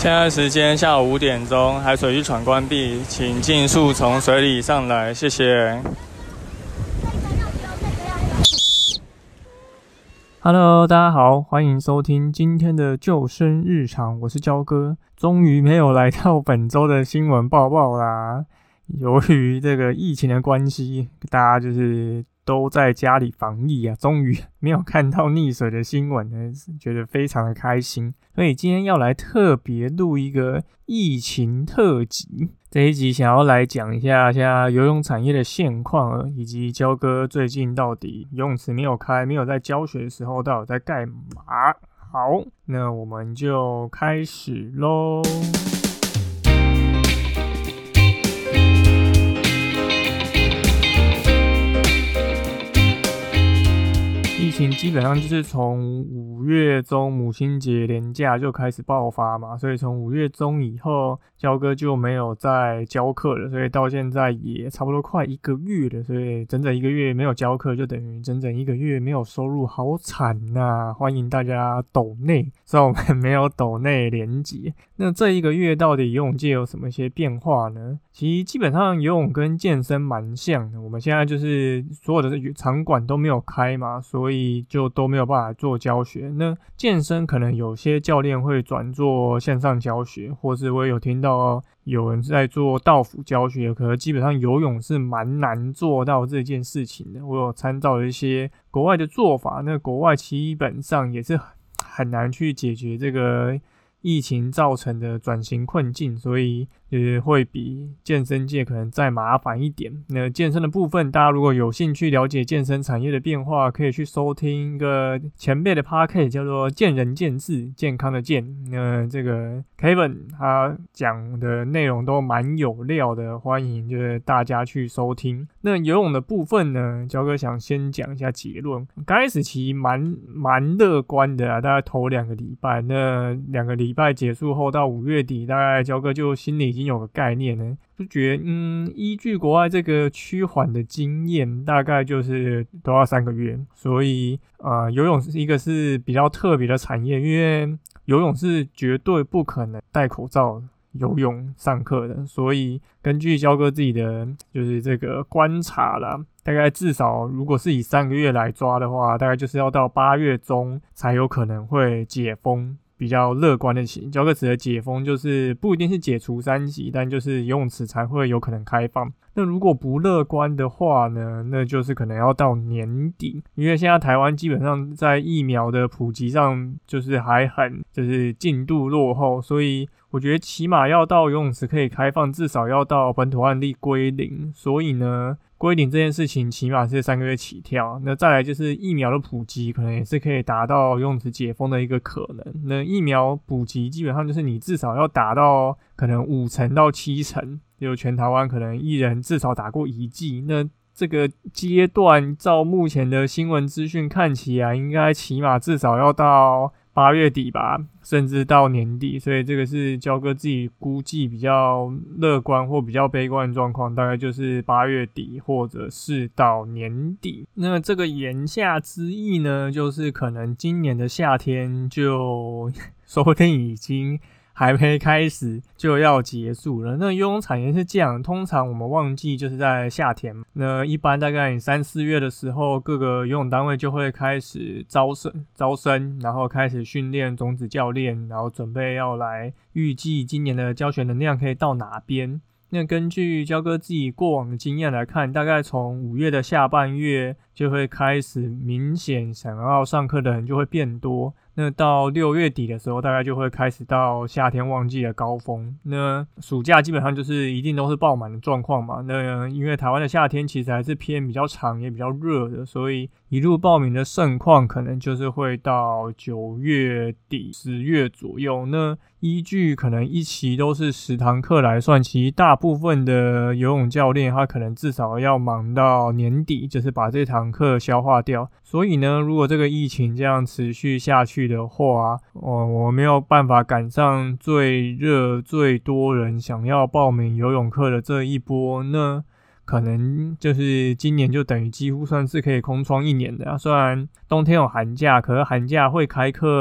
现在时间下午5点钟，海水浴场关闭，请尽速从水里上来，谢谢。Hello， 大家好，欢迎收听今天的救生日常，我是焦哥。终于没有来到本周的新闻报报啦。由于这个疫情的关系，大家就是都在家里防疫啊，终于没有看到溺水的新闻呢，觉得非常的开心。所以今天要来特别录一个疫情特辑，这一集想要来讲一下现在游泳产业的现况，以及焦哥最近到底游泳池没有开，没有在教学的时候到底在干嘛。好，那我们就开始咯。疫情基本上就是从5月中母亲节连假就开始爆发嘛，所以从5月中以后，焦哥就没有再教课了，所以到现在也差不多快1个月了，所以整整1个月没有教课，就等于整整1个月没有收入，好惨啊！欢迎大家抖内，虽然我们没有抖内连结。那这1个月到底游泳界有什么一些变化呢？其实基本上游泳跟健身蛮像的，我们现在就是所有的场馆都没有开嘛，所以就都没有办法做教学。那健身可能有些教练会转做线上教学，或是我有听到有人在做道府教学，可是基本上游泳是蛮难做到这件事情的。我有参照了一些国外的做法，那国外基本上也是很难去解决这个疫情造成的转型困境，所以会比健身界可能再麻烦一点。那健身的部分，大家如果有兴趣了解健身产业的变化，可以去收听一个前辈的 podcast， 叫做健人健智，健康的健。那这个 Kevin 他讲的内容都蛮有料的，欢迎就是大家去收听。那游泳的部分呢，焦哥想先讲一下结论。刚开始其实蛮乐观的啊，大概头2个礼拜，那2个礼拜结束后到5月底，大概焦哥就心里已经有个概念了，就觉得依据国外这个趋缓的经验，大概就是都要3个月。所以游泳是一个是比较特别的产业，因为游泳是绝对不可能戴口罩游泳上课的，所以根据焦哥自己的就是这个观察啦，大概至少如果是以3个月来抓的话，大概就是要到8月中才有可能会解封。比较乐观的型，焦哥指的解封就是不一定是解除3级，但就是游泳池才会有可能开放。那如果不乐观的话呢，那就是可能要到年底，因为现在台湾基本上在疫苗的普及上就是还很就是进度落后，所以我觉得起码要到游泳池可以开放，至少要到本土案例归零。所以呢，归零这件事情起码是3个月起跳。那再来就是疫苗的普及，可能也是可以达到游泳池解封的一个可能。那疫苗普及基本上就是你至少要达到可能50%到70%，就全台湾可能1人至少打过1剂。那这个阶段照目前的新闻资讯看起来，应该起码至少要到8月底吧，甚至到年底，所以这个是焦哥自己估计比较乐观或比较悲观的状况，大概就是8月底或者是到年底。那这个言下之意呢，就是可能今年的夏天就说不定已经还没开始就要结束了。那游泳产业是这样，通常我们旺季就是在夏天嘛，那一般大概你3、4月的时候，各个游泳单位就会开始招生，然后开始训练种子教练，然后准备要来预计今年的教学能量可以到哪边。那根据焦哥自己过往的经验来看，大概从5月的下半月就会开始明显想要上课的人就会变多，那到6月底的时候，大概就会开始到夏天旺季的高峰。那暑假基本上就是一定都是爆满的状况嘛。那因为台湾的夏天其实还是偏比较长也比较热的，所以一路报名的盛况可能就是会到9月底10月左右。那依据可能一期都是10堂课来算，其实大部分的游泳教练他可能至少要忙到年底，就是把这堂课消化掉。所以呢，如果这个疫情这样持续下去的话，我没有办法赶上最热最多人想要报名游泳课的这一波，那可能就是今年就等于几乎算是可以空窗1年的啊。虽然冬天有寒假，可是寒假会开课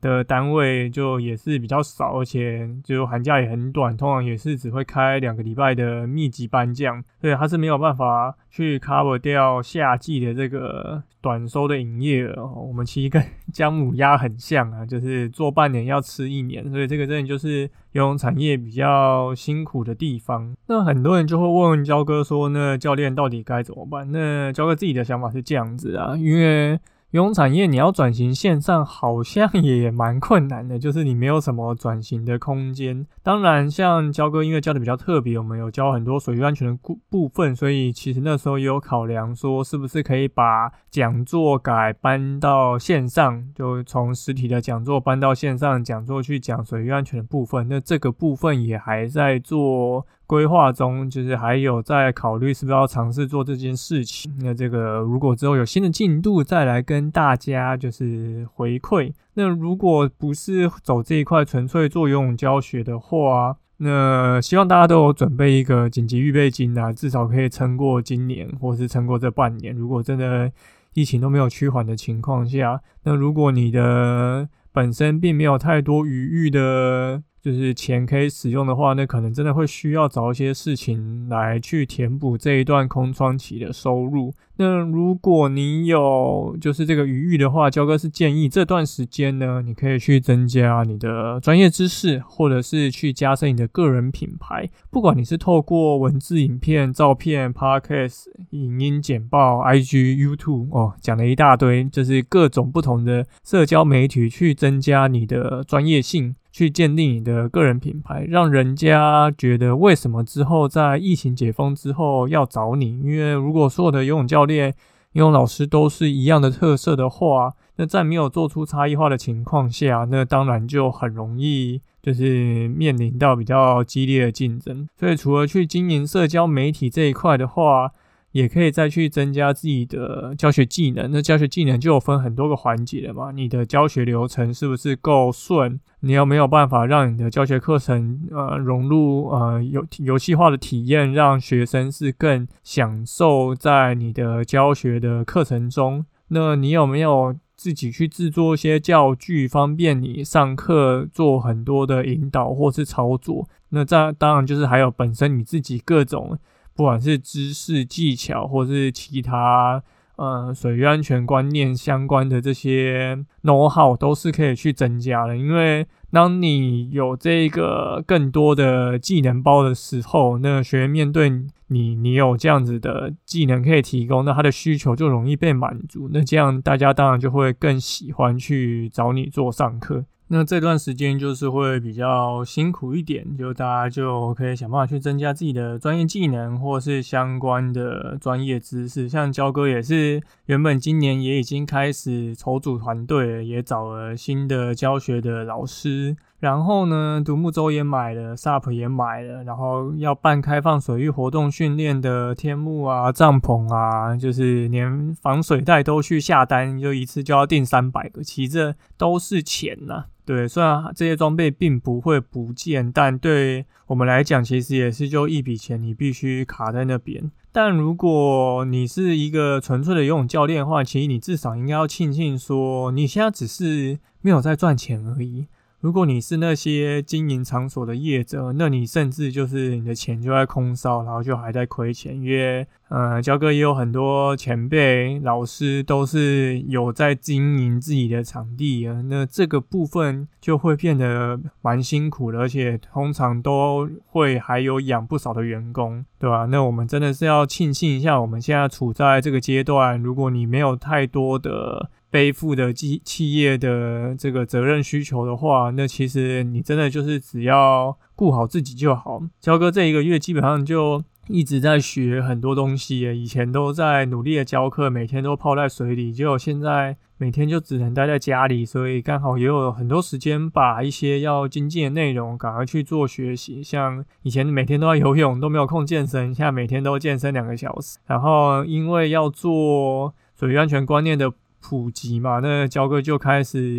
的单位就也是比较少，而且就寒假也很短，通常也是只会开2个礼拜的密集班这样，所以它是没有办法去 cover 掉夏季的这个短收的营业额。我们其实跟姜母鸭很像啊，就是做半年要吃1年，所以这个真的就是游泳产业比较辛苦的地方。那很多人就会问焦哥说，那教练到底该怎么办？那焦哥自己的想法是这样子啊，因为游泳产业你要转型线上好像也蛮困难的，就是你没有什么转型的空间。当然像焦哥因为教的比较特别，我们有教很多水域安全的部分，所以其实那时候也有考量说是不是可以把讲座搬到线上，就从实体的讲座搬到线上讲座去讲水域安全的部分。那这个部分也还在做规划中，就是还有在考虑是不是要尝试做这件事情。那这个如果之后有新的进度再来跟大家就是回馈。那如果不是走这一块纯粹做游泳教学的话，那希望大家都有准备一个紧急预备金啊，至少可以撑过今年或是撑过这半年。如果真的疫情都没有趋缓的情况下，那如果你的本身并没有太多余裕的就是钱可以使用的话，那可能真的会需要找一些事情来去填补这一段空窗期的收入。那如果你有就是这个余裕的话，焦哥是建议这段时间呢，你可以去增加你的专业知识，或者是去加深你的个人品牌。不管你是透过文字、影片、照片、podcast、影音简报、IG、YouTube 讲了一大堆，就是各种不同的社交媒体去增加你的专业性，去建立你的个人品牌，让人家觉得为什么之后在疫情解封之后要找你。因为如果所有的游泳教练、游泳老师都是一样的特色的话，那在没有做出差异化的情况下，那当然就很容易就是面临到比较激烈的竞争。所以除了去经营社交媒体这一块的话，也可以再去增加自己的教学技能。那教学技能就有分很多个环节了嘛，你的教学流程是不是够顺？你有没有办法让你的教学课程融入游戏化的体验，让学生是更享受在你的教学的课程中？那你有没有自己去制作一些教具，方便你上课做很多的引导或是操作？那这当然就是还有本身你自己各种不管是知识技巧或是其他水域安全观念相关的这些 know-how 都是可以去增加的。因为当你有这个更多的技能包的时候，那学员面对你有这样子的技能可以提供，那他的需求就容易被满足，那这样大家当然就会更喜欢去找你做上课。那这段时间就是会比较辛苦一点，就大家就可以想办法去增加自己的专业技能或是相关的专业知识。像焦哥也是原本今年也已经开始筹组团队了，也找了新的教学的老师，然后呢独木舟也买了， SUP 也买了，然后要办开放水域活动训练的天幕啊、帐篷啊，就是连防水袋都去下单，就一次就要订300个，其实这都是钱啊。对，虽然这些装备并不会不见，但对我们来讲其实也是就一笔钱，你必须卡在那边。但如果你是一个纯粹的游泳教练的话，其实你至少应该要庆幸说你现在只是没有在赚钱而已。如果你是那些经营场所的业者，那你甚至就是你的钱就在空烧，然后就还在亏钱。因为焦哥也有很多前辈老师都是有在经营自己的场地啊，那这个部分就会变得蛮辛苦的，而且通常都会还有养不少的员工，对吧？那我们真的是要庆幸一下我们现在处在这个阶段，如果你没有太多的背负的企业的这个责任需求的话，那其实你真的就是只要顾好自己就好。焦哥这一个月基本上就一直在学很多东西耶，以前都在努力的教课，每天都泡在水里，结果现在每天就只能待在家里，所以刚好也有很多时间把一些要精进的内容赶快去做学习。像以前每天都在游泳，都没有空健身，现在每天都健身2个小时。然后因为要做水域安全观念的普及嘛，那焦哥就开始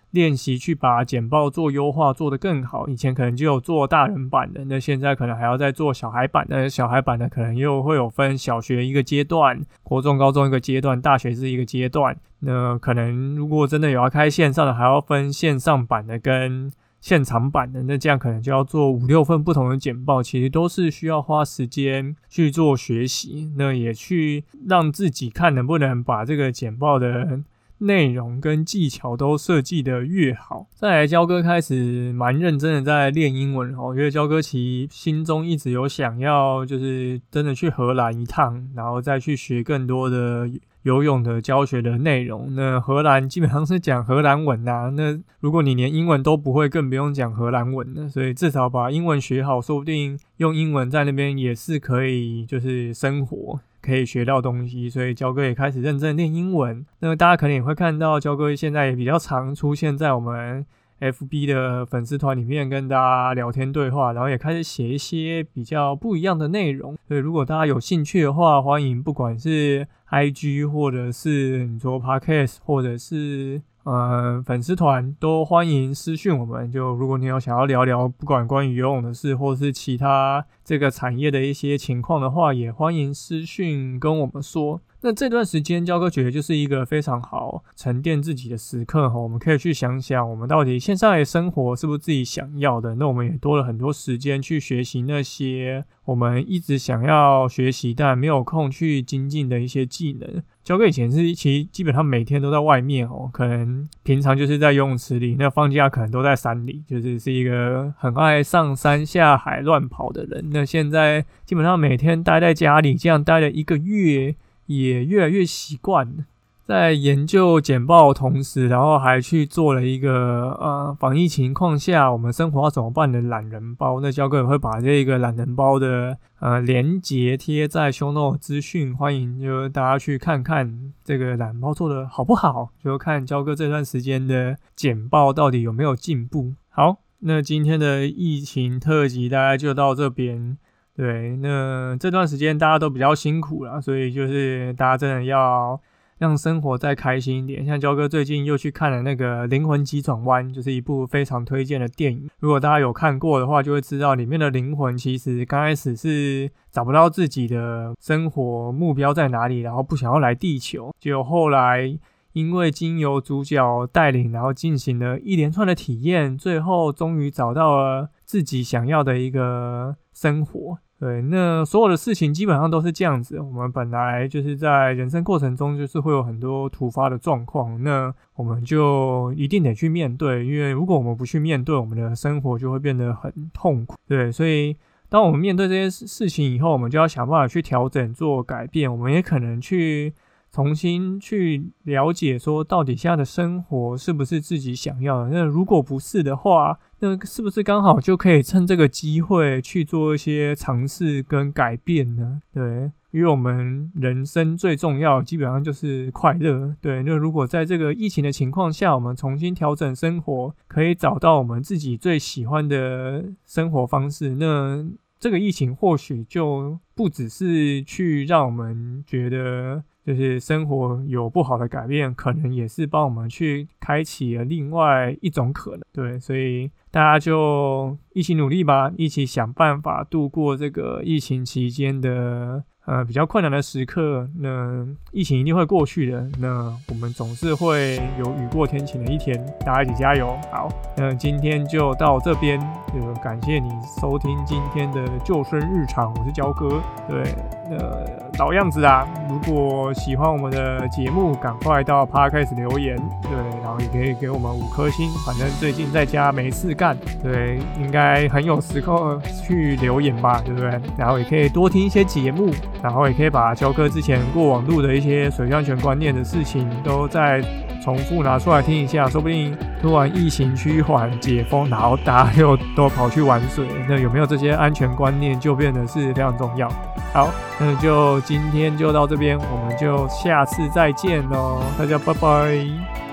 练习去把简报做优化做得更好，以前可能就有做大人版的，那现在可能还要再做小孩版的，小孩版的可能又会有分小学一个阶段，国中高中一个阶段，大学是一个阶段，那可能如果真的有要开线上的，还要分线上版的跟现场版的，那这样可能就要做5-6份不同的简报，其实都是需要花时间去做学习，那也去让自己看能不能把这个简报的内容跟技巧都设计得越好。再来，焦哥开始蛮认真的在练英文因为焦哥其实心中一直有想要就是真的去荷兰一趟，然后再去学更多的游泳的教学的内容。那荷兰基本上是讲荷兰文啊，那如果你连英文都不会，更不用讲荷兰文了，所以至少把英文学好，说不定用英文在那边也是可以就是生活，可以学到东西，所以焦哥也开始认真练英文。那大家可能也会看到焦哥现在也比较常出现在我们 FB 的粉丝团里面跟大家聊天对话，然后也开始写一些比较不一样的内容。所以如果大家有兴趣的话，欢迎不管是 IG 或者是你说 Podcast 或者是粉丝团都欢迎私讯我们，就如果你有想要聊聊不管关于游泳的事或是其他这个产业的一些情况的话，也欢迎私讯跟我们说。那这段时间焦哥觉得就是一个非常好沉淀自己的时刻我们可以去想想我们到底现在的生活是不是自己想要的，那我们也多了很多时间去学习那些我们一直想要学习但没有空去精进的一些技能。焦哥以前是其实基本上每天都在外面可能平常就是在游泳池里，那放假可能都在山里，就是一个很爱上山下海乱跑的人。那现在基本上每天待在家里，这样待了1个月也越来越习惯了。在研究简报的同时，然后还去做了一个防疫情况下我们生活要怎么办的懒人包。那焦哥也会把这个懒人包的连结贴在 show note 资讯，欢迎就大家去看看这个懒人包做的好不好，就看焦哥这段时间的简报到底有没有进步。好，那今天的疫情特辑大概就到这边。对，那这段时间大家都比较辛苦啦，所以就是大家真的要让生活再开心一点。像焦哥最近又去看了那个《灵魂急转弯》，就是一部非常推荐的电影。如果大家有看过的话，就会知道里面的灵魂其实刚开始是找不到自己的生活目标在哪里，然后不想要来地球，结果后来因为经由主角带领，然后进行了一连串的体验，最后终于找到了自己想要的一个生活。对，那所有的事情基本上都是这样子，我们本来就是在人生过程中就是会有很多突发的状况，那我们就一定得去面对，因为如果我们不去面对，我们的生活就会变得很痛苦。对，所以当我们面对这些事情以后，我们就要想办法去调整做改变，我们也可能去重新去了解说到底现在的生活是不是自己想要的，那如果不是的话，那是不是刚好就可以趁这个机会去做一些尝试跟改变呢？对，因为我们人生最重要基本上就是快乐。对，那如果在这个疫情的情况下，我们重新调整生活，可以找到我们自己最喜欢的生活方式，那这个疫情或许就不只是去让我们觉得就是生活有不好的改变，可能也是帮我们去开启了另外一种可能。对，所以大家就一起努力吧，一起想办法度过这个疫情期间的比较困难的时刻。那疫情一定会过去的，那我们总是会有雨过天晴的一天，大家一起加油。好，那今天就到这边，感谢你收听今天的救生日常，我是焦哥。对，老样子啦，如果喜欢我们的节目，赶快到 Podcast 留言，对，然后也可以给我们5颗星，反正最近在家没事干，对，应该很有时刻去留言吧，对不对？然后也可以多听一些节目，然后也可以把焦哥之前过往录的一些水上安全观念的事情都再重复拿出来听一下，说不定突然疫情趋缓解封，然后大家又都跑去玩水，那有没有这些安全观念就变得是非常重要。好，那就今天就到这边，我们就下次再见咯，大家拜拜。